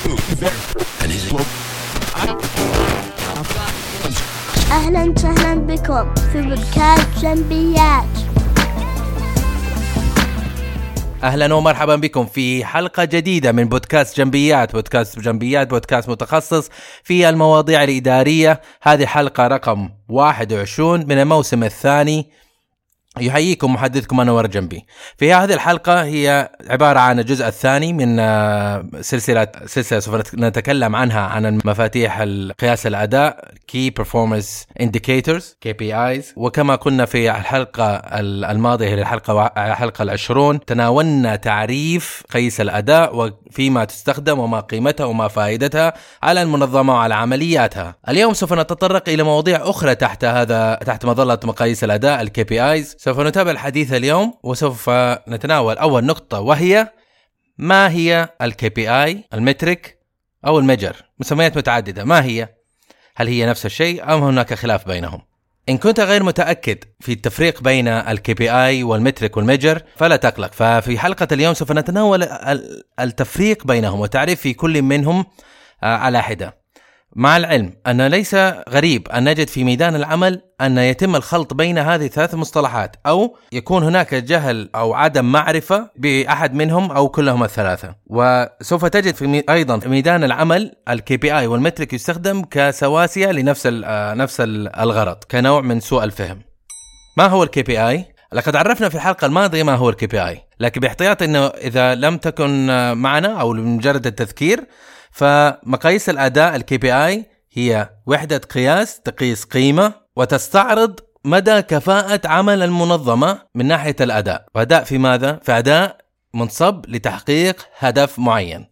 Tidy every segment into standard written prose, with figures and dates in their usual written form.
أهلا وسهلا بكم في بودكاست جنبيات. أهلا ومرحبا بكم في حلقة جديدة من بودكاست جنبيات. بودكاست متخصص في المواضيع الإدارية. هذه حلقة رقم 21 من الموسم الثاني. يحييكم محدثكم أنور جنبي. في هذه الحلقة هي عبارة عن الجزء الثاني من سلسلة سوف نتكلم عنها عن مفاتيح قياس الأداء Key Performance Indicators KPIs. وكما قلنا في الحلقة الماضية هي الحلقة 20 تناولنا تعريف قياس الأداء وفيما تستخدم وما قيمتها وما فائدتها على المنظمة وعلى عملياتها. اليوم سوف نتطرق إلى مواضيع أخرى تحت مظلة مقاييس الأداء KPIs. سوف نتابع الحديث اليوم وسوف نتناول أول نقطة وهي ما هي KPI المترك أو الميجر. مسميات متعددة، ما هي؟ هل هي نفس الشيء أم هناك خلاف بينهم؟ إن كنت غير متأكد في التفريق بين KPI والمترك والميجر فلا تقلق، ففي حلقة اليوم سوف نتناول التفريق بينهم وتعريف في كل منهم على حدة. مع العلم أن ليس غريب أن نجد في ميدان العمل أن يتم الخلط بين هذه الثلاث مصطلحات، أو يكون هناك جهل أو عدم معرفة بأحد منهم أو كلهم الثلاثة. وسوف تجد في أيضا في ميدان العمل KPI والمترك يستخدم كسواسية لنفس الغرض، كنوع من سوء الفهم. ما هو KPI؟ لقد عرفنا في الحلقة الماضية ما هو KPI، لكن باحتياط أنه إذا لم تكن معنا أو لمجرد التذكير، فمقاييس الأداء KPI هي وحدة قياس تقيس قيمة وتستعرض مدى كفاءة عمل المنظمة من ناحية الأداء. وأداء في ماذا؟ في أداء منصب لتحقيق هدف معين.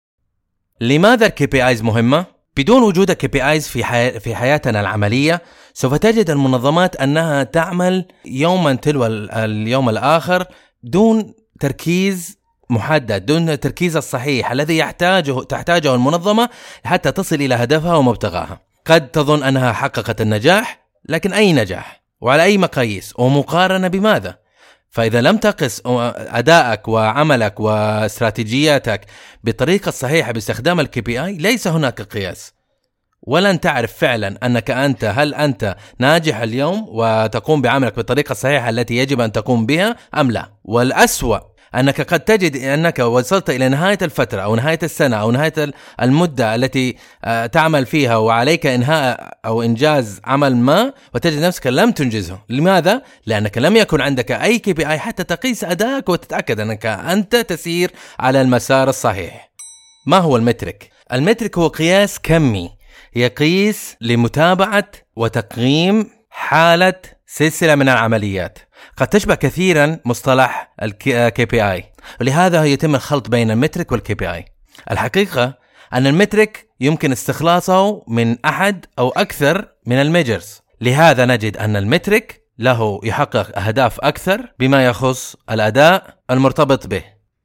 لماذا KPIs مهمة؟ بدون وجود KPIs في حياتنا العملية سوف تجد المنظمات أنها تعمل يوما تلو اليوم الآخر دون تركيز محدد، دون التركيز الصحيح الذي تحتاجه المنظمة حتى تصل إلى هدفها ومبتغاها. قد تظن أنها حققت النجاح، لكن أي نجاح وعلى أي مقاييس ومقارنة بماذا؟ فإذا لم تقس أدائك وعملك واستراتيجياتك بالطريقة الصحيحة باستخدام KPI ليس هناك قياس، ولن تعرف فعلا أنك هل أنت ناجح اليوم وتقوم بعملك بالطريقة الصحيحة التي يجب أن تقوم بها أم لا. والأسوأ أنك قد تجد أنك وصلت إلى نهاية الفترة أو نهاية السنة أو نهاية المدة التي تعمل فيها وعليك إنهاء أو إنجاز عمل ما، وتجد نفسك لم تنجزه. لماذا؟ لأنك لم يكن عندك أي KPI حتى تقيس أدائك وتتأكد أنك أنت تسير على المسار الصحيح. ما هو المترك؟ المترك هو قياس كمي يقيس لمتابعة وتقييم حالة سلسلة من العمليات، قد تشبه كثيرا مصطلح KPI، ولهذا يتم الخلط بين المترك والKPI. الحقيقة أن المترك يمكن استخلاصه من أحد أو أكثر من الميجرز، لهذا نجد أن المترك له يحقق أهداف أكثر بما يخص الأداء المرتبط به.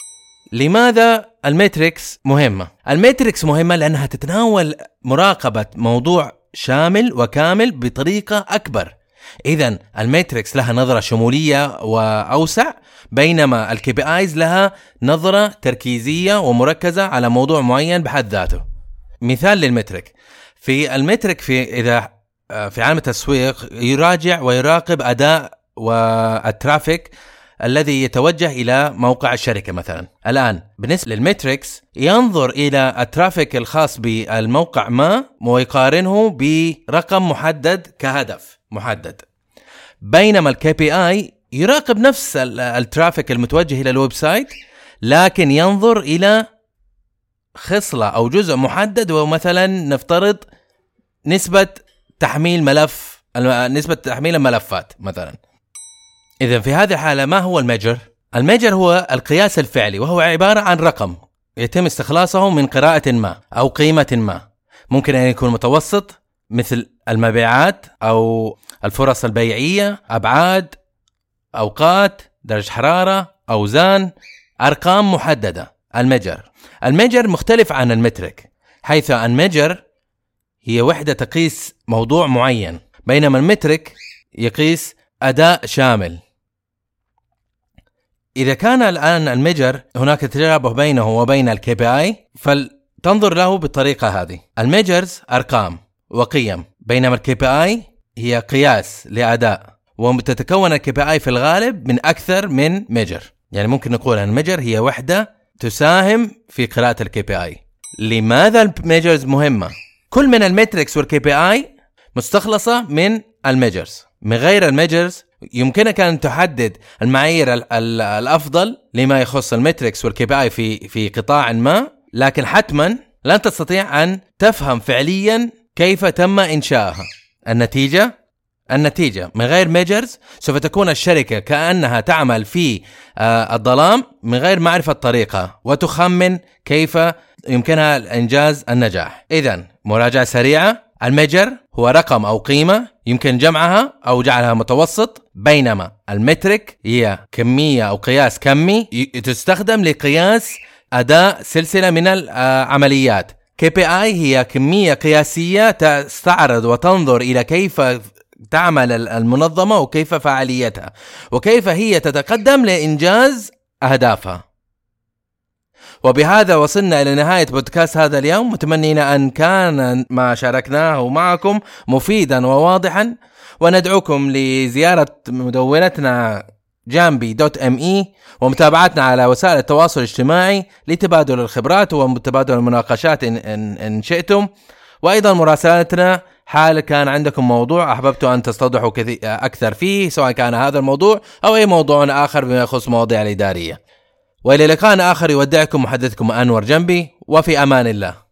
لماذا الميتريكس مهمة؟ الميتريكس مهمة لأنها تتناول مراقبة موضوع شامل وكامل بطريقة أكبر. إذن الميتريكس لها نظرة شمولية وأوسع، بينما KPIs لها نظرة تركيزية ومركزة على موضوع معين بحد ذاته. مثال للمترك: في المترك إذا في عالم التسويق يراجع ويراقب أداء والترافيك الذي يتوجه إلى موقع الشركة مثلا. الآن بالنسبة للميتريكس ينظر إلى الترافيك الخاص بالموقع ما ويقارنه برقم محدد كهدف محدد، بينما KPI يراقب نفس الترافيك المتوجه إلى الويب سايت، لكن ينظر إلى خصلة أو جزء محدد، ومثلا نفترض نسبة تحميل الملفات مثلا. إذن في هذه الحالة ما هو الميجر؟ الميجر هو القياس الفعلي، وهو عبارة عن رقم يتم استخلاصه من قراءة ما أو قيمة ما. ممكن أن يكون متوسط مثل المبيعات أو الفرص البيعية، أبعاد، أوقات، درجة حرارة، أوزان، أرقام محددة. الميجر مختلف عن المترك، حيث الميجر هي وحدة تقيس موضوع معين، بينما المترك يقيس أداء شامل. إذا كان الآن الميجر هناك تشابه بينه وبين KPI، تنظر له بالطريقة هذه. الميجرز أرقام وقيم، بينما الكي بي آي هي قياس لأداء، وتتكون الكي بي آي في الغالب من أكثر من ميجر. يعني ممكن نقول أن الميجر هي وحدة تساهم في قراءة الكي بي آي. لماذا الميجرز مهمة؟ كل من الميتريكس والكي بي آي مستخلصة من الميجرز. من غير الميجرز يمكنك أن تحدد المعايير الأفضل لما يخص الميتريكس والكي بي آي في قطاع ما، لكن حتما لن تستطيع أن تفهم فعليا كيف تم إنشائها. النتيجة من غير ميجرز سوف تكون الشركة كأنها تعمل في الظلام من غير معرفة الطريقة، وتخمن كيف يمكنها إنجاز النجاح. إذن مراجعة سريعة: الميجر هو رقم أو قيمة يمكن جمعها أو جعلها متوسط، بينما المترك هي كمية أو قياس كمي تستخدم لقياس أداء سلسلة من العمليات. KPI هي كمية قياسية تستعرض وتنظر إلى كيف تعمل المنظمة وكيف فعاليتها وكيف هي تتقدم لإنجاز أهدافها. وبهذا وصلنا إلى نهاية بودكاست هذا اليوم، متمنين أن كان ما شاركناه معكم مفيدا وواضحا، وندعوكم لزيارة مدونتنا jambi.me ومتابعتنا على وسائل التواصل الاجتماعي لتبادل الخبرات وتبادل المناقشات إن شئتم، وأيضا مراسلتنا حال كان عندكم موضوع أحببتوا أن تستوضحوا أكثر فيه، سواء كان هذا الموضوع أو أي موضوع آخر بما يخص مواضيع الإدارية. وإلى لقاء آخر يودعكم محدثكم أنور جنبي، وفي أمان الله.